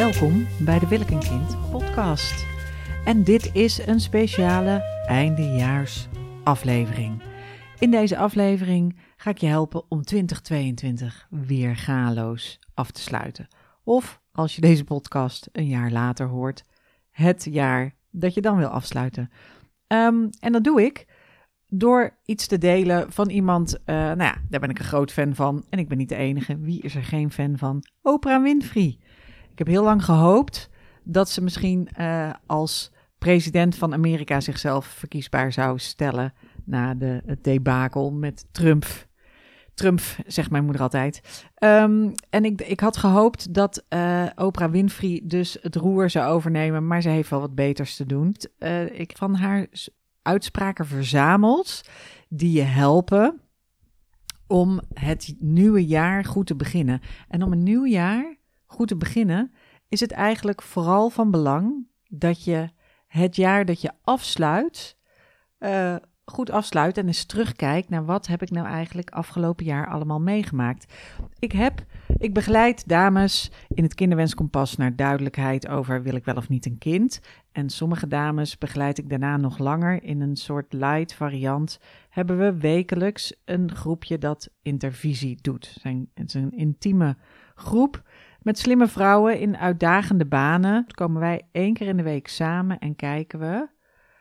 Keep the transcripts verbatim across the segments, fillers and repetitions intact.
Welkom bij de Wil ik een kind podcast. En dit is een speciale eindejaars aflevering. In deze aflevering ga ik je helpen om twintig tweeëntwintig weer galoos af te sluiten. Of als je deze podcast een jaar later hoort, het jaar dat je dan wil afsluiten. Um, en dat doe ik door iets te delen van iemand, uh, nou ja, daar ben ik een groot fan van. En ik ben niet de enige. Wie is er geen fan van? Oprah Winfrey. Ik heb heel lang gehoopt dat ze misschien uh, als president van Amerika zichzelf verkiesbaar zou stellen na de, het debakel met Trump. Trump, zegt mijn moeder altijd. Um, en ik, ik had gehoopt dat uh, Oprah Winfrey dus het roer zou overnemen, maar ze heeft wel wat beters te doen. Uh, ik van haar uitspraken verzameld die je helpen om het nieuwe jaar goed te beginnen. En om een nieuw jaar goed te beginnen is het eigenlijk vooral van belang dat je het jaar dat je afsluit, uh, goed afsluit en eens terugkijkt naar wat heb ik nou eigenlijk afgelopen jaar allemaal meegemaakt. Ik heb, ik begeleid dames in het kinderwenskompas naar duidelijkheid over wil ik wel of niet een kind. En sommige dames begeleid ik daarna nog langer in een soort light variant. Hebben we wekelijks een groepje dat intervisie doet. Het is een intieme groep met slimme vrouwen in uitdagende banen. Dan komen wij één keer in de week samen en kijken we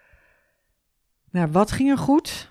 naar wat ging er goed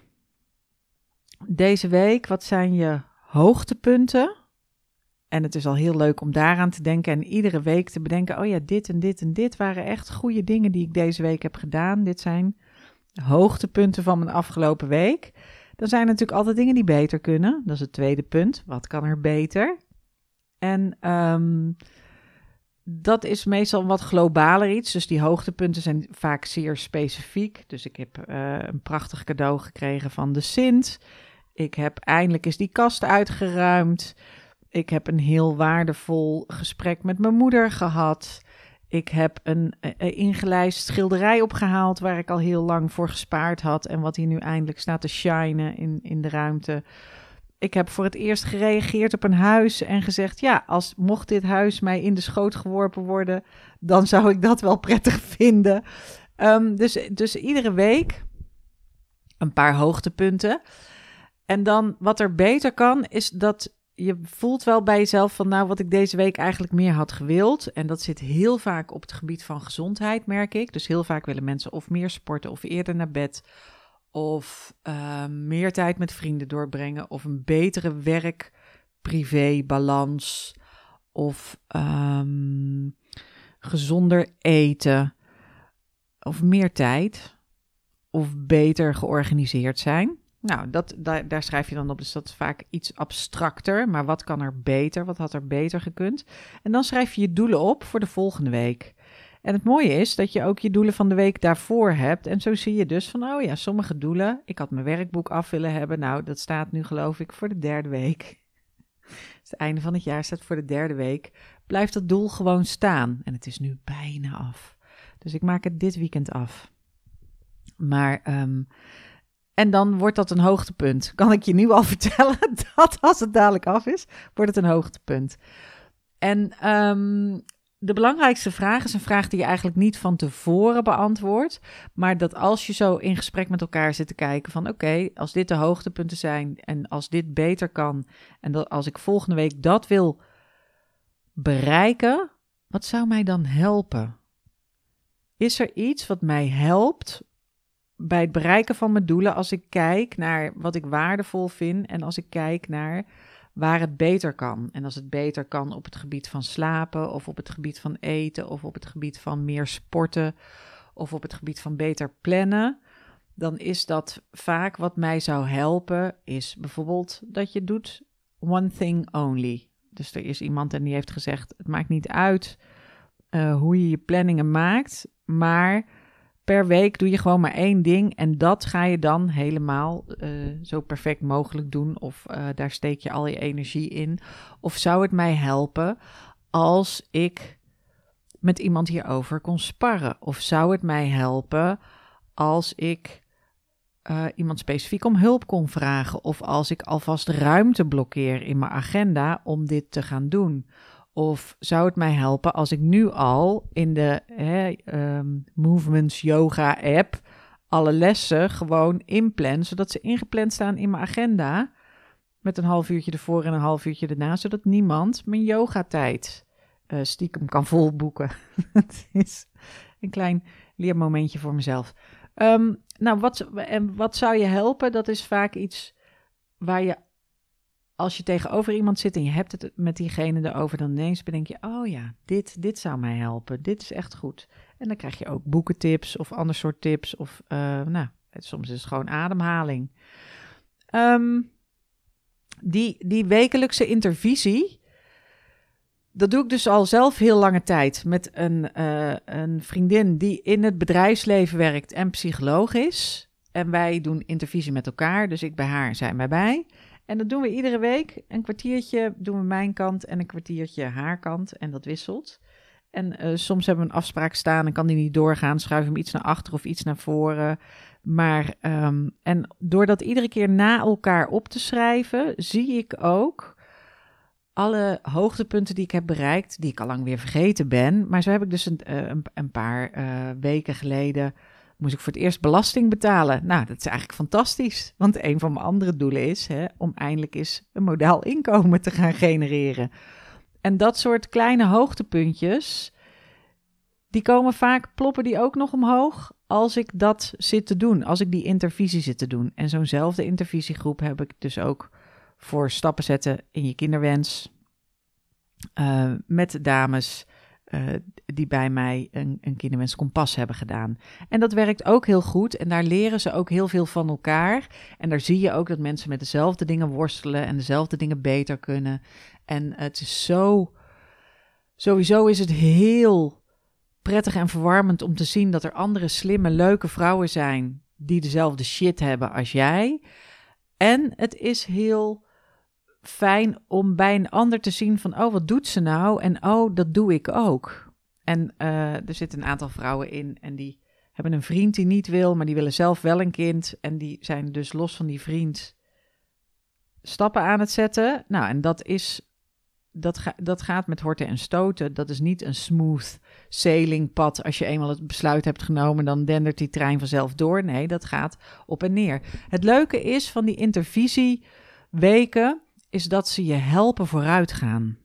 deze week. Wat zijn je hoogtepunten? En het is al heel leuk om daaraan te denken en iedere week te bedenken, oh ja, dit en dit en dit waren echt goede dingen die ik deze week heb gedaan. Dit zijn de hoogtepunten van mijn afgelopen week. Dan zijn er natuurlijk altijd dingen die beter kunnen. Dat is het tweede punt. Wat kan er beter? En um, dat is meestal een wat globaler iets. Dus die hoogtepunten zijn vaak zeer specifiek. Dus ik heb uh, een prachtig cadeau gekregen van de Sint. Ik heb eindelijk eens die kast uitgeruimd. Ik heb een heel waardevol gesprek met mijn moeder gehad. Ik heb een uh, ingelijst schilderij opgehaald waar ik al heel lang voor gespaard had. En wat hier nu eindelijk staat te shinen in, in de ruimte. Ik heb voor het eerst gereageerd op een huis en gezegd, ja, als mocht dit huis mij in de schoot geworpen worden, dan zou ik dat wel prettig vinden. Um, dus, dus iedere week een paar hoogtepunten. En dan wat er beter kan, is dat je voelt wel bij jezelf van, nou, wat ik deze week eigenlijk meer had gewild. En dat zit heel vaak op het gebied van gezondheid, merk ik. Dus heel vaak willen mensen of meer sporten of eerder naar bed, of uh, meer tijd met vrienden doorbrengen, of een betere werk-privé-balans, of um, gezonder eten, of meer tijd, of beter georganiseerd zijn. Nou, dat, daar, daar schrijf je dan op, dus dat is vaak iets abstracter, maar wat kan er beter, wat had er beter gekund? En dan schrijf je je doelen op voor de volgende week. En het mooie is dat je ook je doelen van de week daarvoor hebt. En zo zie je dus van, oh ja, sommige doelen. Ik had mijn werkboek af willen hebben. Nou, dat staat nu geloof ik voor de derde week. Dus het einde van het jaar staat voor de derde week. Blijft dat doel gewoon staan. En het is nu bijna af. Dus ik maak het dit weekend af. Maar, um, en dan wordt dat een hoogtepunt. Kan ik je nu al vertellen dat als het dadelijk af is, wordt het een hoogtepunt. En um, de belangrijkste vraag is een vraag die je eigenlijk niet van tevoren beantwoordt, maar dat als je zo in gesprek met elkaar zit te kijken van oké, okay, als dit de hoogtepunten zijn en als dit beter kan en dat als ik volgende week dat wil bereiken, wat zou mij dan helpen? Is er iets wat mij helpt bij het bereiken van mijn doelen als ik kijk naar wat ik waardevol vind en als ik kijk naar waar het beter kan. En als het beter kan op het gebied van slapen, of op het gebied van eten, of op het gebied van meer sporten, of op het gebied van beter plannen, dan is dat vaak wat mij zou helpen, is bijvoorbeeld dat je doet one thing only. Dus er is iemand en die heeft gezegd, het maakt niet uit uh, hoe je je planningen maakt, maar per week doe je gewoon maar één ding en dat ga je dan helemaal uh, zo perfect mogelijk doen of uh, daar steek je al je energie in. Of zou het mij helpen als ik met iemand hierover kon sparren? Of zou het mij helpen als ik uh, iemand specifiek om hulp kon vragen? Of als ik alvast ruimte blokkeer in mijn agenda om dit te gaan doen? Of zou het mij helpen als ik nu al in de hè, um, Movements Yoga app alle lessen gewoon inplan, zodat ze ingepland staan in mijn agenda met een half uurtje ervoor en een half uurtje erna, zodat niemand mijn yogatijd uh, stiekem kan volboeken. Het is een klein leermomentje voor mezelf. Um, nou, wat, en wat zou je helpen? Dat is vaak iets waar je, als je tegenover iemand zit en je hebt het met diegene erover, dan ineens bedenk je, oh ja, dit, dit zou mij helpen. Dit is echt goed. En dan krijg je ook boekentips of ander soort tips. Of, uh, nou, soms is het gewoon ademhaling. Um, die, die wekelijkse intervisie, dat doe ik dus al zelf heel lange tijd met een, uh, een vriendin die in het bedrijfsleven werkt en psycholoog is. En wij doen intervisie met elkaar, dus ik bij haar, zij bij mij. En dat doen we iedere week. Een kwartiertje doen we mijn kant en een kwartiertje haar kant. En dat wisselt. En uh, soms hebben we een afspraak staan en kan die niet doorgaan. Schuiven we hem iets naar achter of iets naar voren. Maar, um, en door dat iedere keer na elkaar op te schrijven, zie ik ook alle hoogtepunten die ik heb bereikt, die ik al lang weer vergeten ben. Maar zo heb ik dus een, uh, een, een paar uh, weken geleden, moest ik voor het eerst belasting betalen. Nou, dat is eigenlijk fantastisch. Want een van mijn andere doelen is hè, om eindelijk eens een modaal inkomen te gaan genereren. En dat soort kleine hoogtepuntjes, die komen vaak, ploppen die ook nog omhoog als ik dat zit te doen. Als ik die intervisie zit te doen. En zo'nzelfde intervisiegroep heb ik dus ook voor stappen zetten in je kinderwens. Uh, met dames uh, die bij mij een, een kinderwenskompas hebben gedaan. En dat werkt ook heel goed. En daar leren ze ook heel veel van elkaar. En daar zie je ook dat mensen met dezelfde dingen worstelen en dezelfde dingen beter kunnen. En het is zo, sowieso is het heel prettig en verwarmend om te zien dat er andere slimme, leuke vrouwen zijn die dezelfde shit hebben als jij. En het is heel fijn om bij een ander te zien van, oh, wat doet ze nou? En oh, dat doe ik ook. En uh, er zitten een aantal vrouwen in en die hebben een vriend die niet wil, maar die willen zelf wel een kind. En die zijn dus los van die vriend stappen aan het zetten. Nou, en dat is, dat, ga, dat gaat met horten en stoten. Dat is niet een smooth sailing pad. Als je eenmaal het besluit hebt genomen, dan dendert die trein vanzelf door. Nee, dat gaat op en neer. Het leuke is van die intervisieweken is dat ze je helpen vooruitgaan.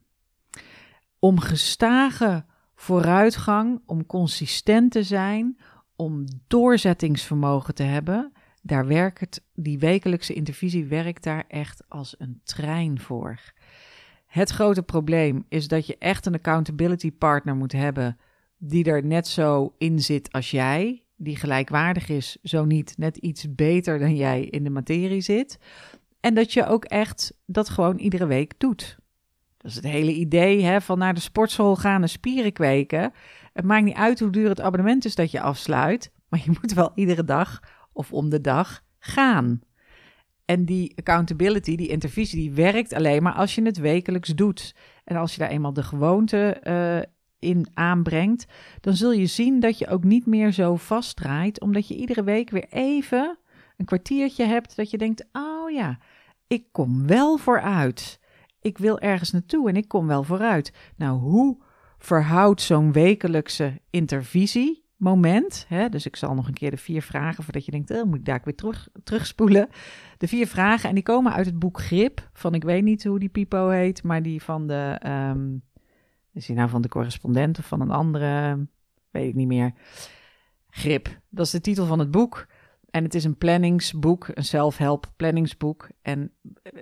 Om gestage vooruitgang, om consistent te zijn, om doorzettingsvermogen te hebben, daar werkt die wekelijkse intervisie werkt daar echt als een trein voor. Het grote probleem is dat je echt een accountability partner moet hebben die er net zo in zit als jij, die gelijkwaardig is, zo niet net iets beter dan jij in de materie zit. En dat je ook echt dat gewoon iedere week doet. Dat is het hele idee hè, van naar de sportschool gaan en spieren kweken. Het maakt niet uit hoe duur het abonnement is dat je afsluit, maar je moet wel iedere dag of om de dag gaan. En die accountability, die intervisie, die werkt alleen maar als je het wekelijks doet. En als je daar eenmaal de gewoonte uh, in aanbrengt, dan zul je zien dat je ook niet meer zo vastdraait, omdat je iedere week weer even een kwartiertje hebt dat je denkt, oh ja, ik kom wel vooruit. Ik wil ergens naartoe en ik kom wel vooruit. Nou, hoe verhoudt zo'n wekelijkse intervisiemoment? Hè? Dus ik zal nog een keer de vier vragen, voordat je denkt, oh, moet ik daar weer terug, terugspoelen. De vier vragen, en die komen uit het boek Grip, van ik weet niet hoe die Pipo heet, maar die van de, um, is die nou van de correspondent of van een andere, weet ik niet meer. Grip, dat is de titel van het boek. En het is een planningsboek, een self-help planningsboek. En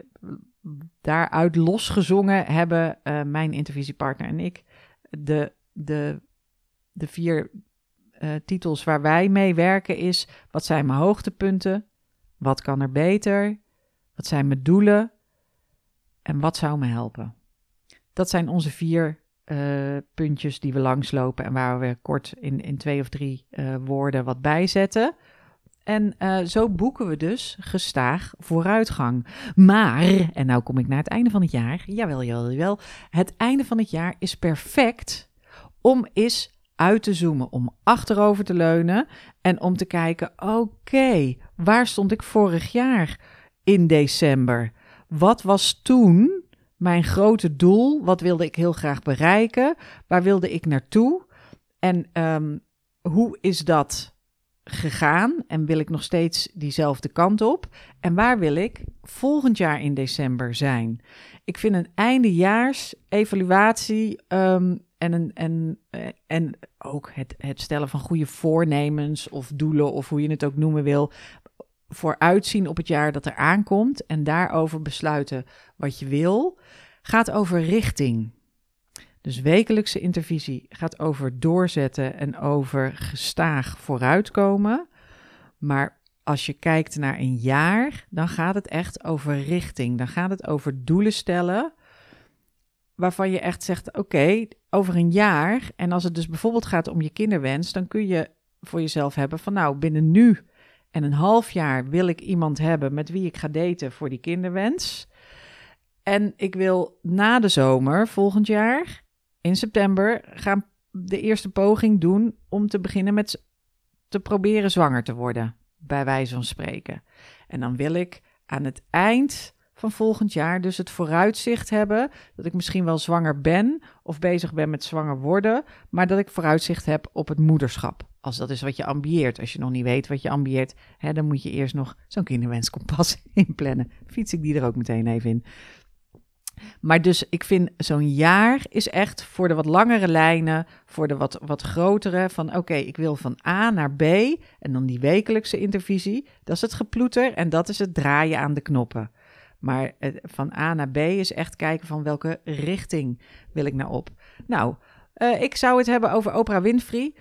daaruit losgezongen hebben uh, mijn intervisiepartner en ik de, de, de vier uh, titels waar wij mee werken is, wat zijn mijn hoogtepunten? Wat kan er beter? Wat zijn mijn doelen? En wat zou me helpen? Dat zijn onze vier uh, puntjes die we langslopen en waar we kort in, in twee of drie uh, woorden wat bijzetten. En uh, zo boeken we dus gestaag vooruitgang. Maar, en nou kom ik naar het einde van het jaar. Jawel, jawel, jawel. Het einde van het jaar is perfect om eens uit te zoomen. Om achterover te leunen en om te kijken, oké, okay, waar stond ik vorig jaar in december? Wat was toen mijn grote doel? Wat wilde ik heel graag bereiken? Waar wilde ik naartoe? En um, hoe is dat gegaan? En wil ik nog steeds diezelfde kant op? En waar wil ik volgend jaar in december zijn? Ik vind een eindejaars evaluatie um, en, een, en, en ook het, het stellen van goede voornemens of doelen of hoe je het ook noemen wil, vooruitzien op het jaar dat er aankomt en daarover besluiten wat je wil, gaat over richting. Dus wekelijkse intervisie gaat over doorzetten en over gestaag vooruitkomen. Maar als je kijkt naar een jaar, dan gaat het echt over richting. Dan gaat het over doelen stellen waarvan je echt zegt, oké, okay, over een jaar. En als het dus bijvoorbeeld gaat om je kinderwens, dan kun je voor jezelf hebben van nou, binnen nu en een half jaar wil ik iemand hebben met wie ik ga daten voor die kinderwens. En ik wil na de zomer volgend jaar, in september, gaan de eerste poging doen om te beginnen met te proberen zwanger te worden, bij wijze van spreken. En dan wil ik aan het eind van volgend jaar dus het vooruitzicht hebben dat ik misschien wel zwanger ben of bezig ben met zwanger worden, maar dat ik vooruitzicht heb op het moederschap. Als dat is wat je ambieert. Als je nog niet weet wat je ambieert, hè, dan moet je eerst nog zo'n kinderwenskompas inplannen. Fiets ik die er ook meteen even in. Maar dus ik vind zo'n jaar is echt voor de wat langere lijnen, voor de wat, wat grotere, van oké, okay, ik wil van A naar B en dan die wekelijkse intervisie. Dat is het geploeter en dat is het draaien aan de knoppen. Maar eh, van A naar B is echt kijken van welke richting wil ik nou op. Nou, uh, ik zou het hebben over Oprah Winfrey.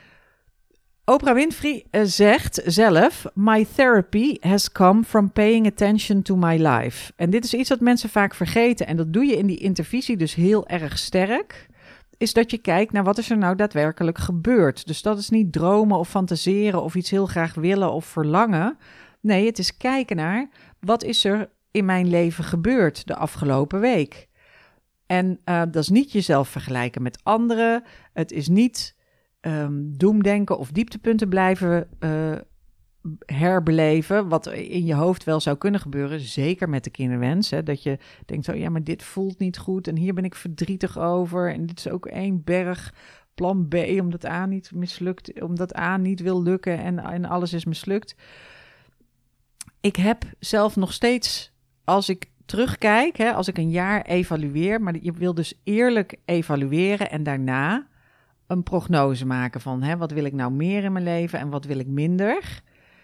Oprah Winfrey uh, zegt zelf, my therapy has come from paying attention to my life. En dit is iets dat mensen vaak vergeten en dat doe je in die intervisie dus heel erg sterk, is dat je kijkt naar wat is er nou daadwerkelijk gebeurd. Dus dat is niet dromen of fantaseren of iets heel graag willen of verlangen. Nee, het is kijken naar wat is er in mijn leven gebeurd de afgelopen week. En uh, dat is niet jezelf vergelijken met anderen. Het is niet Um, doemdenken of dieptepunten blijven uh, herbeleven, wat in je hoofd wel zou kunnen gebeuren, zeker met de kinderwens, hè, dat je denkt, oh ja, maar dit voelt niet goed en hier ben ik verdrietig over en dit is ook één berg, plan B, omdat A niet mislukt, omdat A niet wil lukken en, en alles is mislukt. Ik heb zelf nog steeds, als ik terugkijk, hè, als ik een jaar evalueer, maar je wil dus eerlijk evalueren en daarna een prognose maken van hè, wat wil ik nou meer in mijn leven en wat wil ik minder.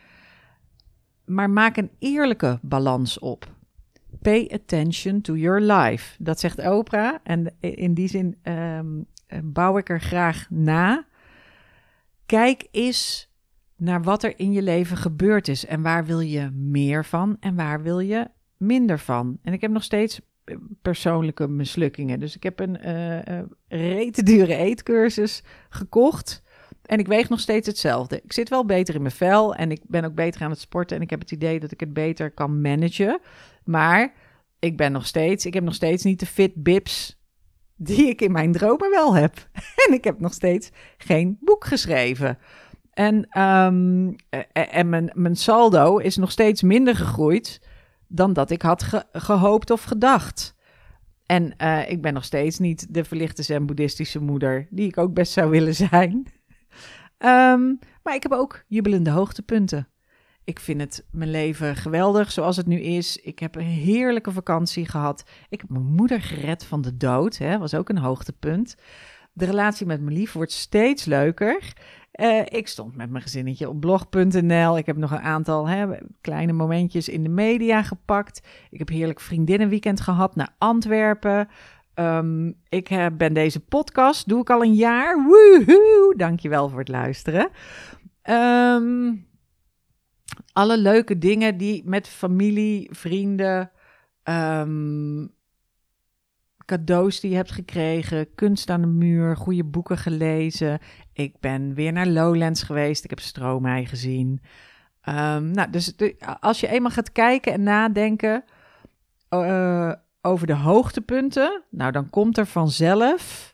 Maar maak een eerlijke balans op. Pay attention to your life. Dat zegt Oprah en in die zin um, bouw ik er graag na. Kijk eens naar wat er in je leven gebeurd is en waar wil je meer van en waar wil je minder van. En ik heb nog steeds persoonlijke mislukkingen. Dus ik heb een uh, uh, rete dure eetcursus gekocht en ik weeg nog steeds hetzelfde. Ik zit wel beter in mijn vel en ik ben ook beter aan het sporten en ik heb het idee dat ik het beter kan managen. Maar ik ben nog steeds, ik heb nog steeds niet de fit bips die ik in mijn dromen wel heb. En ik heb nog steeds geen boek geschreven. En, um, en mijn, mijn saldo is nog steeds minder gegroeid dan dat ik had ge- gehoopt of gedacht. En uh, ik ben nog steeds niet de verlichte zen-boeddhistische moeder, die ik ook best zou willen zijn. um, maar ik heb ook jubelende hoogtepunten. Ik vind het mijn leven geweldig zoals het nu is. Ik heb een heerlijke vakantie gehad. Ik heb mijn moeder gered van de dood, hè, was ook een hoogtepunt. De relatie met mijn lief wordt steeds leuker. Uh, ik stond met mijn gezinnetje op blog punt n l. Ik heb nog een aantal hè, kleine momentjes in de media gepakt. Ik heb heerlijk vriendinnenweekend gehad naar Antwerpen. Um, ik uh, ben deze podcast, doe ik al een jaar. Woehoe! Dankjewel voor het luisteren. Um, alle leuke dingen die met familie, vrienden, um, cadeaus die je hebt gekregen, kunst aan de muur, goede boeken gelezen. Ik ben weer naar Lowlands geweest. Ik heb Stromae gezien. Um, nou, dus de, als je eenmaal gaat kijken en nadenken uh, over de hoogtepunten, nou, dan komt er vanzelf,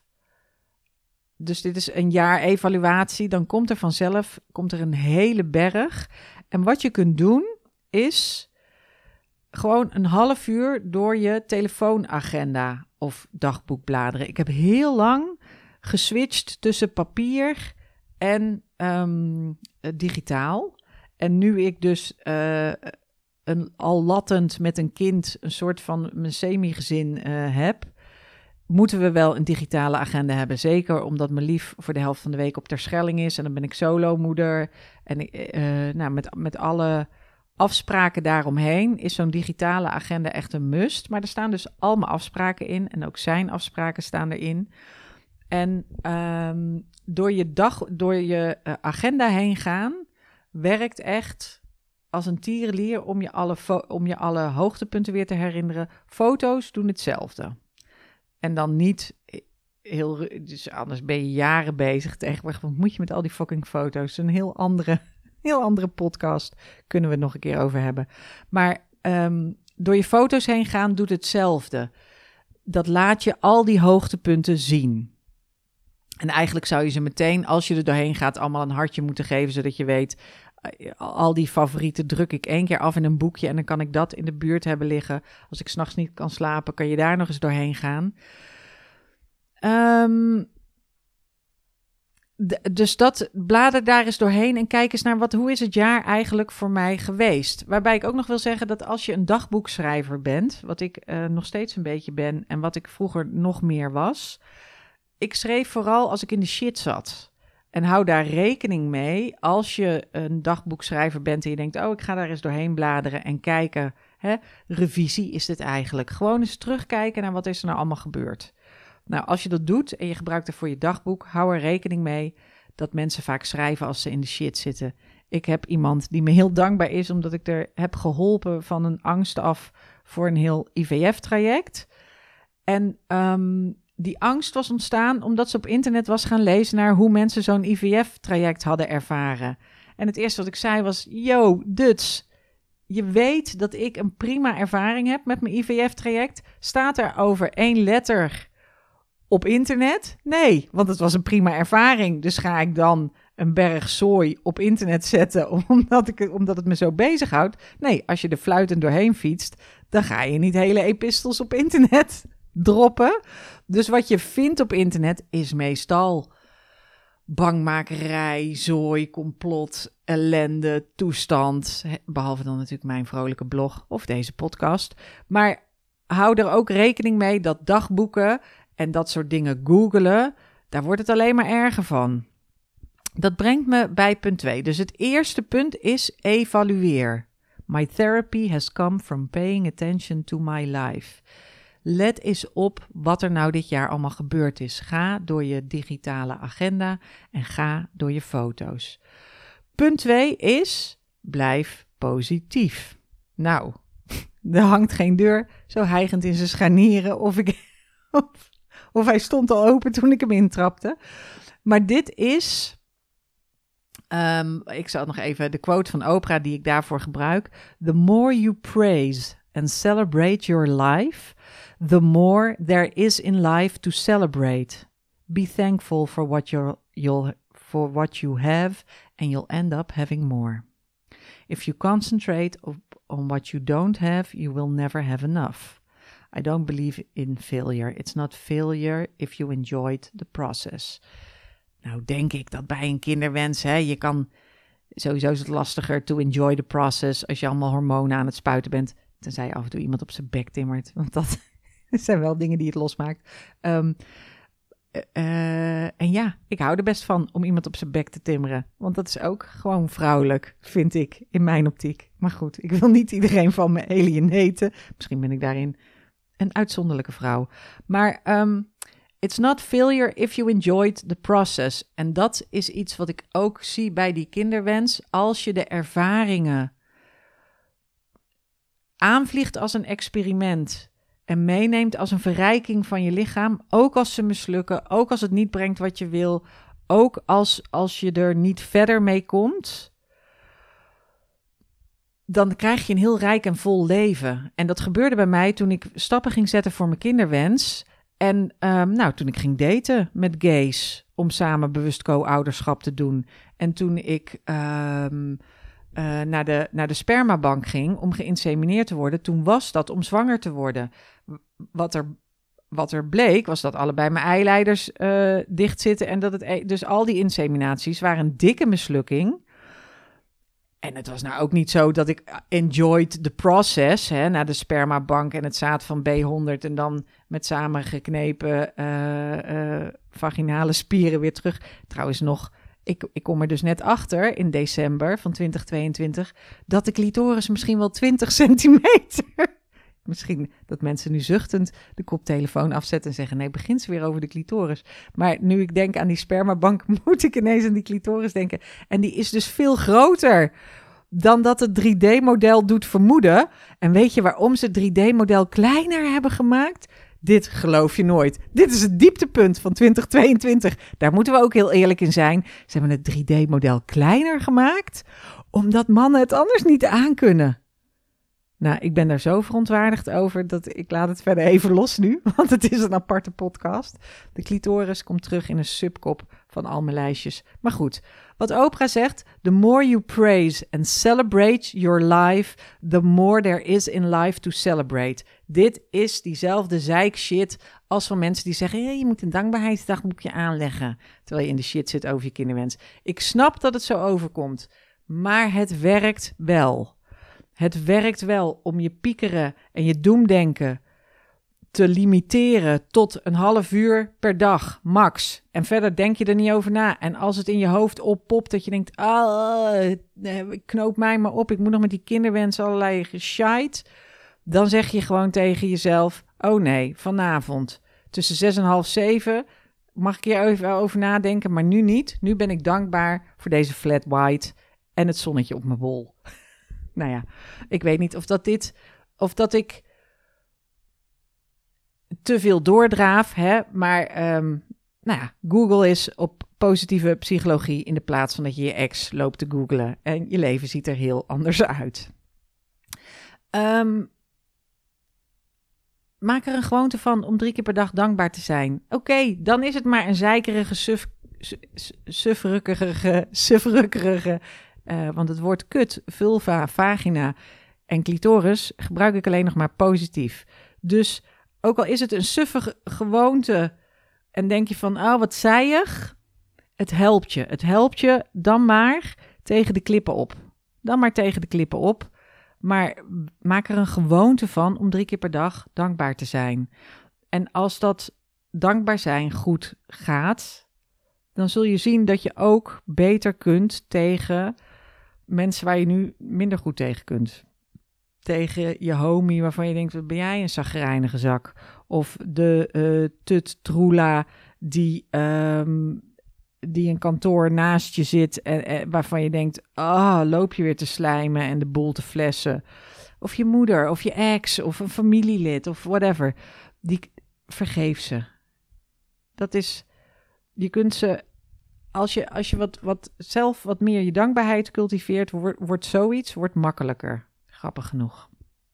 dus dit is een jaar evaluatie, dan komt er vanzelf, komt er een hele berg. En wat je kunt doen is gewoon een half uur door je telefoonagenda of dagboek bladeren. Ik heb heel lang geswitcht tussen papier en um, digitaal. En nu ik dus uh, een, al lattend met een kind een soort van mijn semi-gezin uh, heb, moeten we wel een digitale agenda hebben. Zeker omdat mijn lief voor de helft van de week op Terschelling is en dan ben ik solomoeder. En uh, nou, met, met alle afspraken daaromheen is zo'n digitale agenda echt een must. Maar er staan dus al mijn afspraken in en ook zijn afspraken staan erin. En um, door je dag, door je uh, agenda heen gaan, werkt echt als een tierenlier om je, alle fo- om je alle hoogtepunten weer te herinneren. Foto's doen hetzelfde. En dan niet heel... Dus anders ben je jaren bezig tegenwoordig. Wat moet je met al die fucking foto's? Een heel andere, heel andere podcast kunnen we het nog een keer over hebben. Maar um, door je foto's heen gaan doet hetzelfde. Dat laat je al die hoogtepunten zien. En eigenlijk zou je ze meteen, als je er doorheen gaat, allemaal een hartje moeten geven, zodat je weet, al die favorieten druk ik één keer af in een boekje en dan kan ik dat in de buurt hebben liggen. Als ik 's nachts niet kan slapen, kan je daar nog eens doorheen gaan. Um, d- dus dat, blader daar eens doorheen en kijk eens naar wat, hoe is het jaar eigenlijk voor mij geweest. Waarbij ik ook nog wil zeggen dat als je een dagboekschrijver bent, wat ik uh, nog steeds een beetje ben en wat ik vroeger nog meer was, ik schreef vooral als ik in de shit zat. En hou daar rekening mee als je een dagboekschrijver bent en je denkt, oh, ik ga daar eens doorheen bladeren en kijken. Hè, revisie is dit eigenlijk. Gewoon eens terugkijken naar wat is er nou allemaal gebeurd. Nou, als je dat doet en je gebruikt het voor je dagboek, hou er rekening mee dat mensen vaak schrijven als ze in de shit zitten. Ik heb iemand die me heel dankbaar is omdat ik er heb geholpen van een angst af voor een heel I V F-traject. En um, die angst was ontstaan omdat ze op internet was gaan lezen naar hoe mensen zo'n I V F-traject hadden ervaren. En het eerste wat ik zei was, yo, Duts, je weet dat ik een prima ervaring heb met mijn I V F-traject. Staat er over één letter op internet? Nee, want het was een prima ervaring. Dus ga ik dan een berg zooi op internet zetten omdat, ik, omdat het me zo bezighoudt? Nee, als je er fluitend doorheen fietst, dan ga je niet hele epistels op internet droppen. Dus wat je vindt op internet is meestal bangmakerij, zooi, complot, ellende, toestand. Behalve dan natuurlijk mijn vrolijke blog of deze podcast. Maar hou er ook rekening mee dat dagboeken en dat soort dingen googelen, daar wordt het alleen maar erger van. Dat brengt me bij punt twee. Dus het eerste punt is evalueer. My therapy has come from paying attention to my life. Let eens op wat er nou dit jaar allemaal gebeurd is. Ga door je digitale agenda en ga door je foto's. Punt twee is, blijf positief. Nou, er hangt geen deur zo hijgend in zijn scharnieren of, ik, of, of hij stond al open toen ik hem intrapte. Maar dit is, um, ik zal nog even de quote van Oprah die ik daarvoor gebruik. The more you praise and celebrate your life, the more there is in life to celebrate. Be thankful for what you're, you'll, for what you have and you'll end up having more. If you concentrate on what you don't have, you will never have enough. I don't believe in failure. It's not failure if you enjoyed the process. Nou denk ik dat bij een kinderwens, hè, je kan, sowieso is het lastiger to enjoy the process als je allemaal hormonen aan het spuiten bent, tenzij je af en toe iemand op zijn bek timmert, want dat zijn wel dingen die het losmaakt. Um, uh, en ja, ik hou er best van om iemand op zijn bek te timmeren, want dat is ook gewoon vrouwelijk, vind ik, in mijn optiek. Maar goed, ik wil niet iedereen van me alienaten. Misschien ben ik daarin een uitzonderlijke vrouw. Maar um, it's not failure if you enjoyed the process. En dat is iets wat ik ook zie bij die kinderwens. Als je de ervaringen aanvliegt als een experiment en meeneemt als een verrijking van je lichaam, ook als ze mislukken, ook als het niet brengt wat je wil, ook als, als je er niet verder mee komt, dan krijg je een heel rijk en vol leven. En dat gebeurde bij mij toen ik stappen ging zetten voor mijn kinderwens. En um, nou, toen ik ging daten met gays om samen bewust co-ouderschap te doen. En toen ik um, uh, naar, de, naar de spermabank ging om geïnsemineerd te worden, toen was dat om zwanger te worden. Wat er, wat er bleek, was dat allebei mijn eileiders uh, dicht zitten en dat het, dus al die inseminaties waren een dikke mislukking. En het was nou ook niet zo dat ik enjoyed the process, hè, naar de spermabank en het zaad van B honderd en dan met samengeknepen uh, uh, vaginale spieren weer terug. Trouwens nog, ik, ik kom er dus net achter in december van twintig tweeëntwintig dat de clitoris misschien wel twintig centimeter... Misschien dat mensen nu zuchtend de koptelefoon afzetten en zeggen, nee, begint ze weer over de clitoris. Maar nu ik denk aan die spermabank, moet ik ineens aan die clitoris denken. En die is dus veel groter dan dat het drie D-model doet vermoeden. En weet je waarom ze het drie D-model kleiner hebben gemaakt? Dit geloof je nooit. Dit is het dieptepunt van twintig tweeëntwintig. Daar moeten we ook heel eerlijk in zijn. Ze hebben het drie D-model kleiner gemaakt, omdat mannen het anders niet aankunnen. Nou, ik ben daar zo verontwaardigd over dat ik laat het verder even los nu, want het is een aparte podcast. De clitoris komt terug in een subkop van al mijn lijstjes. Maar goed, wat Oprah zegt, the more you praise and celebrate your life, the more there is in life to celebrate. Dit is diezelfde zeik-shit als van mensen die zeggen, hey, je moet een dankbaarheidsdagboekje aanleggen, terwijl je in de shit zit over je kinderwens. Ik snap dat het zo overkomt, maar het werkt wel. Het werkt wel om je piekeren en je doemdenken te limiteren tot een half uur per dag, max. En verder denk je er niet over na. En als het in je hoofd oppopt dat je denkt, ah, knoop mij maar op, ik moet nog met die kinderwens allerlei gescheit, dan zeg je gewoon tegen jezelf, oh nee, vanavond tussen zes en half zeven mag ik hier even over nadenken, maar nu niet. Nu ben ik dankbaar voor deze flat white en het zonnetje op mijn bol. Nou ja, ik weet niet of dat dit, of dat ik te veel doordraaf, hè? Maar um, nou ja, Google is op positieve psychologie in de plaats van dat je je ex loopt te googlen en je leven ziet er heel anders uit. Um, maak er een gewoonte van om drie keer per dag dankbaar te zijn. Oké, okay, dan is het maar een zeikerige, suf, sufferukkerige, sufferukkerige... Uh, want het woord kut, vulva, vagina en clitoris gebruik ik alleen nog maar positief. Dus ook al is het een suffe gewoonte en denk je van, oh wat saaiig, het helpt je. Het helpt je dan maar tegen de klippen op. Dan maar tegen de klippen op. Maar maak er een gewoonte van om drie keer per dag dankbaar te zijn. En als dat dankbaar zijn goed gaat, dan zul je zien dat je ook beter kunt tegen mensen waar je nu minder goed tegen kunt. Tegen je homie waarvan je denkt, wat ben jij een chagrijnige zak? Of de uh, tut troela die, um, die een kantoor naast je zit en, en waarvan je denkt, ah, oh, loop je weer te slijmen en de boel te flessen. Of je moeder, of je ex, of een familielid, of whatever. Die, vergeef ze. Dat is, je kunt ze... Als je, als je wat, wat zelf wat meer je dankbaarheid cultiveert, wordt, wordt zoiets wordt makkelijker. Grappig genoeg.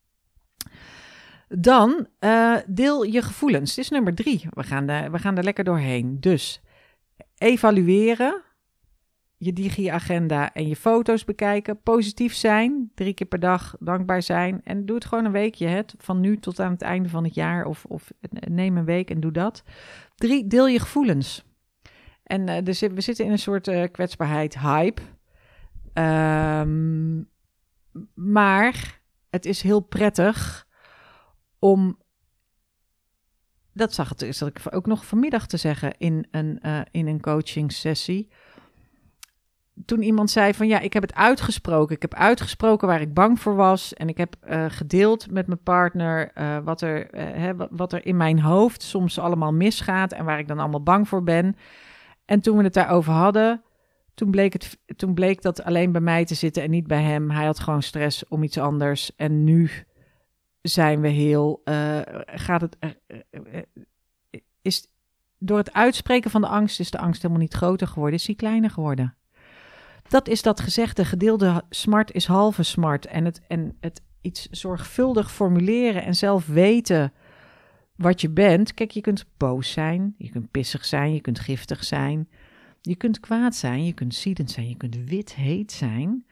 Dan uh, deel je gevoelens. Het is nummer drie. We gaan, de, we gaan er lekker doorheen. Dus evalueren, je digi-agenda en je foto's bekijken. Positief zijn, drie keer per dag dankbaar zijn. En doe het gewoon een weekje, hè, van nu tot aan het einde van het jaar. Of, of neem een week en doe dat. Drie, deel je gevoelens. En uh, dus we zitten in een soort uh, kwetsbaarheid-hype. Um, maar het is heel prettig om... Dat zag het, zat ik ook nog vanmiddag te zeggen in een, uh, in een coaching-sessie. Toen iemand zei van ja, ik heb het uitgesproken. Ik heb uitgesproken waar ik bang voor was. En ik heb uh, gedeeld met mijn partner uh, wat, er, uh, hè, wat er in mijn hoofd soms allemaal misgaat. En waar ik dan allemaal bang voor ben. En toen we het daarover hadden, toen bleek, het, toen bleek dat alleen bij mij te zitten en niet bij hem. Hij had gewoon stress om iets anders. En nu zijn we heel... Uh, gaat het... Uh, uh, uh, is, door het uitspreken van de angst is de angst helemaal niet groter geworden. Is die kleiner geworden. Dat is dat gezegde, gedeelde smart is halve smart. En het, en het iets zorgvuldig formuleren en zelf weten wat je bent. Kijk, je kunt boos zijn, je kunt pissig zijn, je kunt giftig zijn. Je kunt kwaad zijn, je kunt ziedend zijn, je kunt wit heet zijn.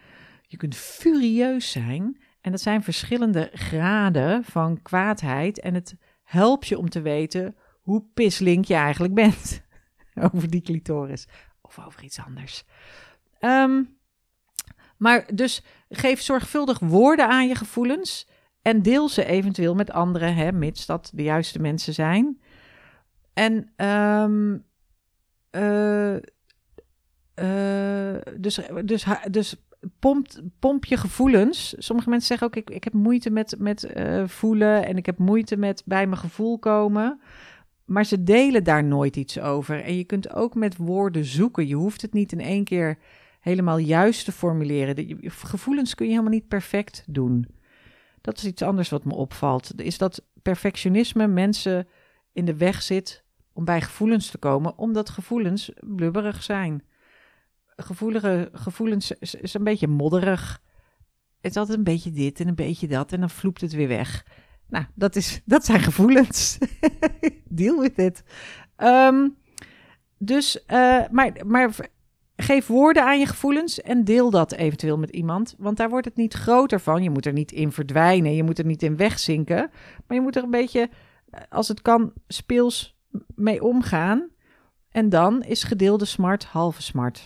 Je kunt furieus zijn. En dat zijn verschillende graden van kwaadheid. En het helpt je om te weten hoe pislink je eigenlijk bent. Over die clitoris. Of over iets anders. Um, maar dus geef zorgvuldig woorden aan je gevoelens. En deel ze eventueel met anderen, hè, mits dat de juiste mensen zijn. En um, uh, uh, dus, dus, dus pomp, pomp je gevoelens. Sommige mensen zeggen ook, ik, ik heb moeite met, met uh, voelen en ik heb moeite met bij mijn gevoel komen. Maar ze delen daar nooit iets over. En je kunt ook met woorden zoeken. Je hoeft het niet in één keer helemaal juist te formuleren. De, gevoelens kun je helemaal niet perfect doen. Dat is iets anders wat me opvalt. Is dat perfectionisme mensen in de weg zit om bij gevoelens te komen, omdat gevoelens blubberig zijn. Gevoelige gevoelens is een beetje modderig. Het is altijd een beetje dit en een beetje dat en dan vloept het weer weg. Nou, dat, is, dat zijn gevoelens. Deal with it. Um, dus, uh, maar, maar geef woorden aan je gevoelens en deel dat eventueel met iemand. Want daar wordt het niet groter van. Je moet er niet in verdwijnen, je moet er niet in wegzinken. Maar je moet er een beetje, als het kan, speels mee omgaan. En dan is gedeelde smart halve smart.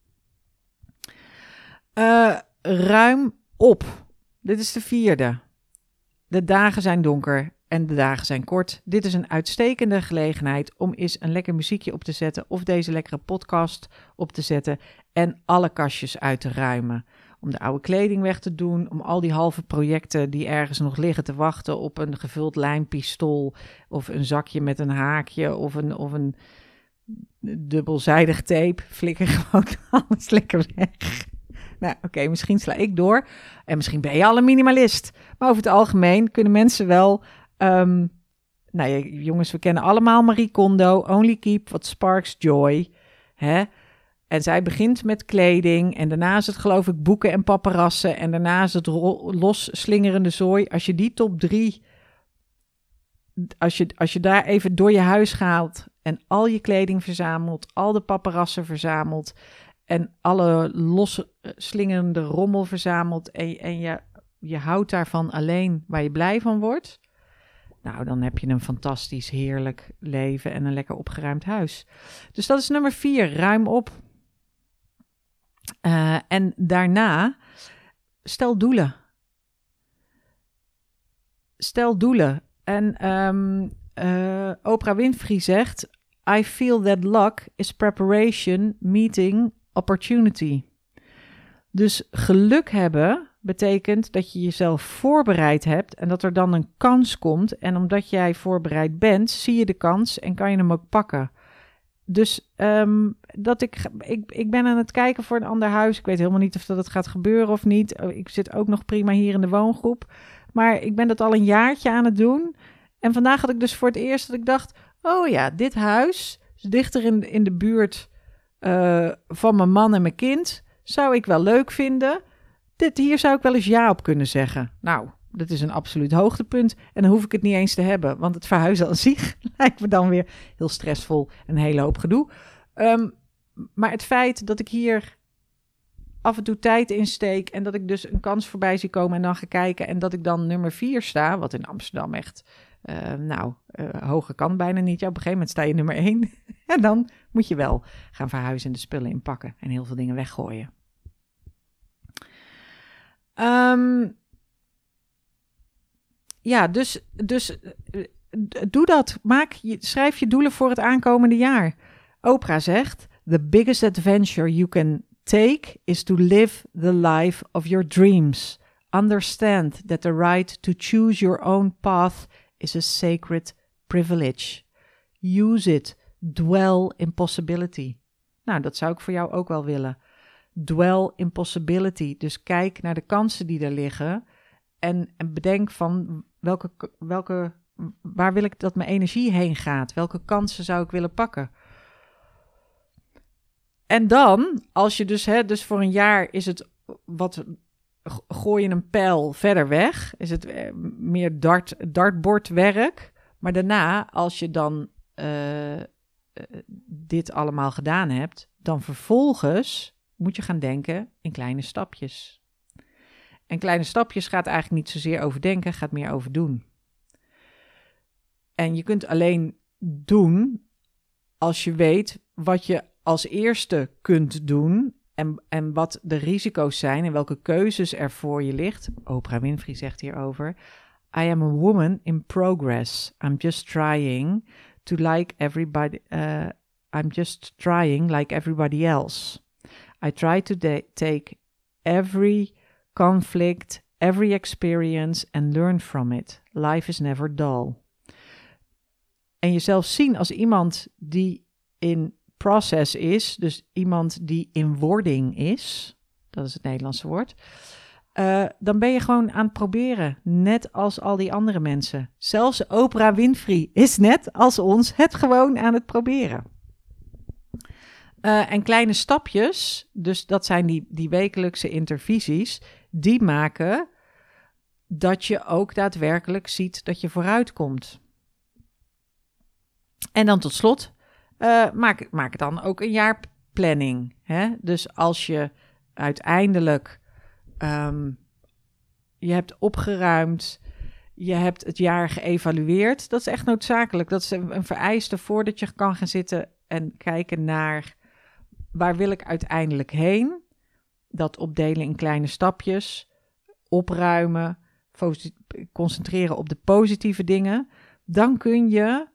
Uh, ruim op. Dit is de vierde. De dagen zijn donker en de dagen zijn kort. Dit is een uitstekende gelegenheid om eens een lekker muziekje op te zetten of deze lekkere podcast op te zetten en alle kastjes uit te ruimen. Om de oude kleding weg te doen, om al die halve projecten die ergens nog liggen te wachten op een gevuld lijmpistool of een zakje met een haakje of een, of een dubbelzijdig tape. Flikker gewoon alles lekker weg. Nou, oké, okay, misschien sla ik door en misschien ben je al een minimalist. Maar over het algemeen kunnen mensen wel... Um, nou ja, jongens, we kennen allemaal Marie Kondo. Only keep what sparks joy. Hè? En zij begint met kleding en daarna is het geloof ik boeken en paparazzen. En daarna is het ro- los slingerende zooi. Als je die top drie... Als je, als je daar even door je huis gaat en al je kleding verzamelt, al de paparazzen verzamelt en alle los slingerende rommel verzamelt en, en je, je houdt daarvan alleen waar je blij van wordt, nou, dan heb je een fantastisch, heerlijk leven en een lekker opgeruimd huis. Dus dat is nummer vier, ruim op. Uh, en daarna, stel doelen. Stel doelen. En um, uh, Oprah Winfrey zegt, I feel that luck is preparation, meeting, opportunity. Dus geluk hebben betekent dat je jezelf voorbereid hebt en dat er dan een kans komt. En omdat jij voorbereid bent, zie je de kans en kan je hem ook pakken. Dus um, dat ik, ik, ik ben aan het kijken voor een ander huis. Ik weet helemaal niet of dat het gaat gebeuren of niet. Ik zit ook nog prima hier in de woongroep. Maar ik ben dat al een jaartje aan het doen. En vandaag had ik dus voor het eerst dat ik dacht, oh ja, dit huis is dichter in, in de buurt uh, van mijn man en mijn kind. Zou ik wel leuk vinden. Dit, hier zou ik wel eens ja op kunnen zeggen. Nou, dat is een absoluut hoogtepunt. En dan hoef ik het niet eens te hebben. Want het verhuizen aan zich lijkt me dan weer heel stressvol en een hele hoop gedoe. Um, maar het feit dat ik hier af en toe tijd insteek en dat ik dus een kans voorbij zie komen en dan ga kijken en dat ik dan nummer vier sta, wat in Amsterdam echt, uh, nou, uh, hoger kan bijna niet. Ja, op een gegeven moment sta je nummer één. En dan moet je wel gaan verhuizen en de spullen inpakken en heel veel dingen weggooien. Um, ja, dus, dus uh, doe dat. Maak je, schrijf je doelen voor het aankomende jaar. Oprah zegt, the biggest adventure you can take is to live the life of your dreams. Understand that the right to choose your own path is a sacred privilege. Use it. Dwell in possibility. Nou, dat zou ik voor jou ook wel willen. Dwell in possibility. Dus kijk naar de kansen die er liggen en, en bedenk van welke, welke, waar wil ik dat mijn energie heen gaat? Welke kansen zou ik willen pakken? En dan, als je dus, hè, dus voor een jaar is het wat, gooi je een pijl verder weg, is het meer dart, dartbordwerk. Maar daarna, als je dan uh, uh, dit allemaal gedaan hebt, dan vervolgens moet je gaan denken in kleine stapjes. En kleine stapjes gaat eigenlijk niet zozeer over denken, gaat meer over doen. En je kunt alleen doen als je weet wat je als eerste kunt doen en, en wat de risico's zijn en welke keuzes er voor je ligt. Oprah Winfrey zegt hierover: I am a woman in progress. I'm just trying to like everybody. Uh, I'm just trying like everybody else. I try to de- take every conflict, every experience and learn from it. Life is never dull. En jezelf zien als iemand die in process is, dus iemand die in wording is, dat is het Nederlandse woord, uh, dan ben je gewoon aan het proberen, net als al die andere mensen. Zelfs Oprah Winfrey is net als ons het gewoon aan het proberen. Uh, en kleine stapjes, dus dat zijn die, die wekelijkse intervisies, die maken dat je ook daadwerkelijk ziet dat je vooruit komt. En dan tot slot, uh, maak, maak dan ook een jaarplanning. Hè? Dus als je uiteindelijk um, je hebt opgeruimd, je hebt het jaar geëvalueerd, dat is echt noodzakelijk. Dat is een, een vereiste voordat je kan gaan zitten en kijken naar waar wil ik uiteindelijk heen. Dat opdelen in kleine stapjes, opruimen, posit- concentreren op de positieve dingen. Dan kun je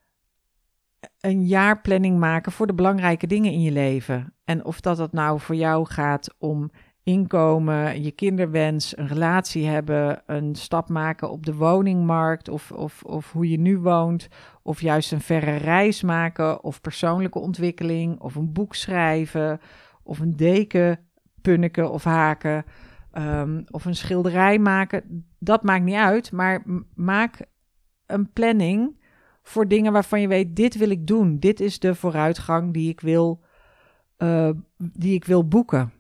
een jaarplanning maken voor de belangrijke dingen in je leven. En of dat, dat nou voor jou gaat om inkomen, je kinderwens, een relatie hebben, een stap maken op de woningmarkt of, of, of hoe je nu woont, of juist een verre reis maken of persoonlijke ontwikkeling of een boek schrijven of een deken punniken of haken um, of een schilderij maken. Dat maakt niet uit, maar m- maak een planning voor dingen waarvan je weet, dit wil ik doen. Dit is de vooruitgang die ik wil, uh, die ik wil boeken.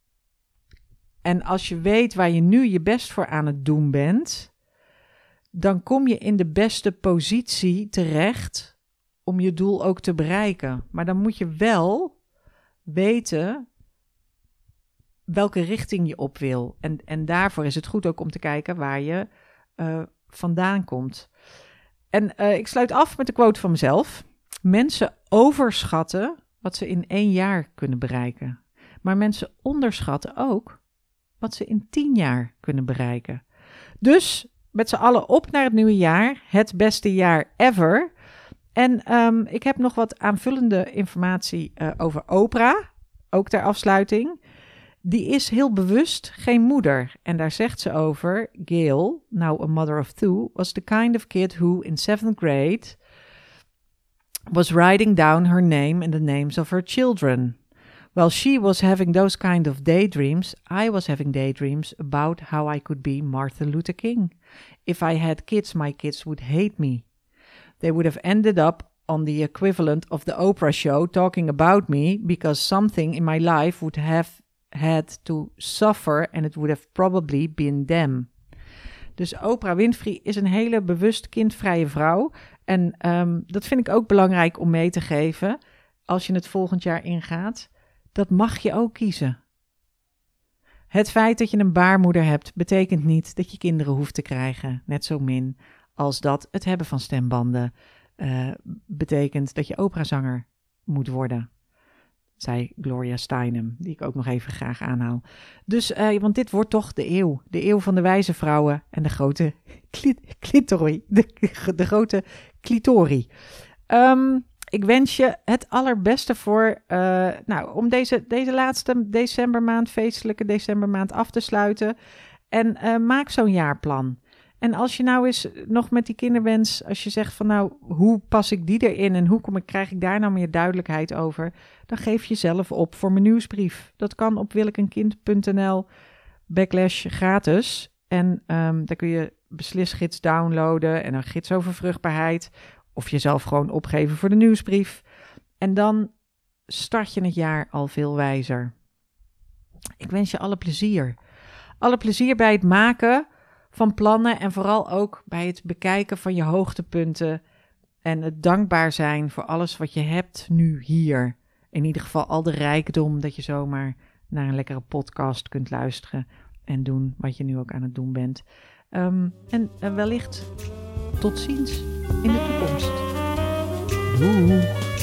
En als je weet waar je nu je best voor aan het doen bent, dan kom je in de beste positie terecht om je doel ook te bereiken. Maar dan moet je wel weten welke richting je op wil. En, en daarvoor is het goed ook om te kijken waar je uh, vandaan komt. En uh, ik sluit af met de quote van mezelf. Mensen overschatten wat ze in één jaar kunnen bereiken. Maar mensen onderschatten ook wat ze in tien jaar kunnen bereiken. Dus met z'n allen op naar het nieuwe jaar. Het beste jaar ever. En um, ik heb nog wat aanvullende informatie uh, over Oprah. Ook ter afsluiting. Die is heel bewust geen moeder. En daar zegt ze over: Gail, now a mother of two, was the kind of kid who in seventh grade was writing down her name and the names of her children. While she was having those kind of daydreams, I was having daydreams about how I could be Martin Luther King. If I had kids, my kids would hate me. They would have ended up on the equivalent of the Oprah show talking about me because something in my life would have had to suffer and it would have probably been them. Dus Oprah Winfrey is een hele bewust kindvrije vrouw. En um, dat vind ik ook belangrijk om mee te geven als je het volgend jaar ingaat. Dat mag je ook kiezen. Het feit dat je een baarmoeder hebt, betekent niet dat je kinderen hoeft te krijgen. Net zo min als dat het hebben van stembanden uh, betekent dat je operazanger moet worden. Zei Gloria Steinem, die ik ook nog even graag aanhaal. Dus, uh, want dit wordt toch de eeuw. De eeuw van de wijze vrouwen en de grote clit- clitorie. De, de grote clitorie. Um, ik wens je het allerbeste voor, uh, nou, om deze, deze laatste decembermaand, feestelijke decembermaand af te sluiten. En uh, maak zo'n jaarplan. En als je nou eens nog met die kinderwens, als je zegt van nou, hoe pas ik die erin en hoe kom ik, krijg ik daar nou meer duidelijkheid over, dan geef je zelf op voor mijn nieuwsbrief. Dat kan op wilkenkind.nl backlash gratis. En um, daar kun je beslisgids downloaden en een gids over vruchtbaarheid. Of jezelf gewoon opgeven voor de nieuwsbrief. En dan start je het jaar al veel wijzer. Ik wens je alle plezier. Alle plezier bij het maken van plannen en vooral ook bij het bekijken van je hoogtepunten en het dankbaar zijn voor alles wat je hebt nu hier. In ieder geval al de rijkdom dat je zomaar naar een lekkere podcast kunt luisteren en doen wat je nu ook aan het doen bent. Um, en uh, wellicht tot ziens in de toekomst. Doei!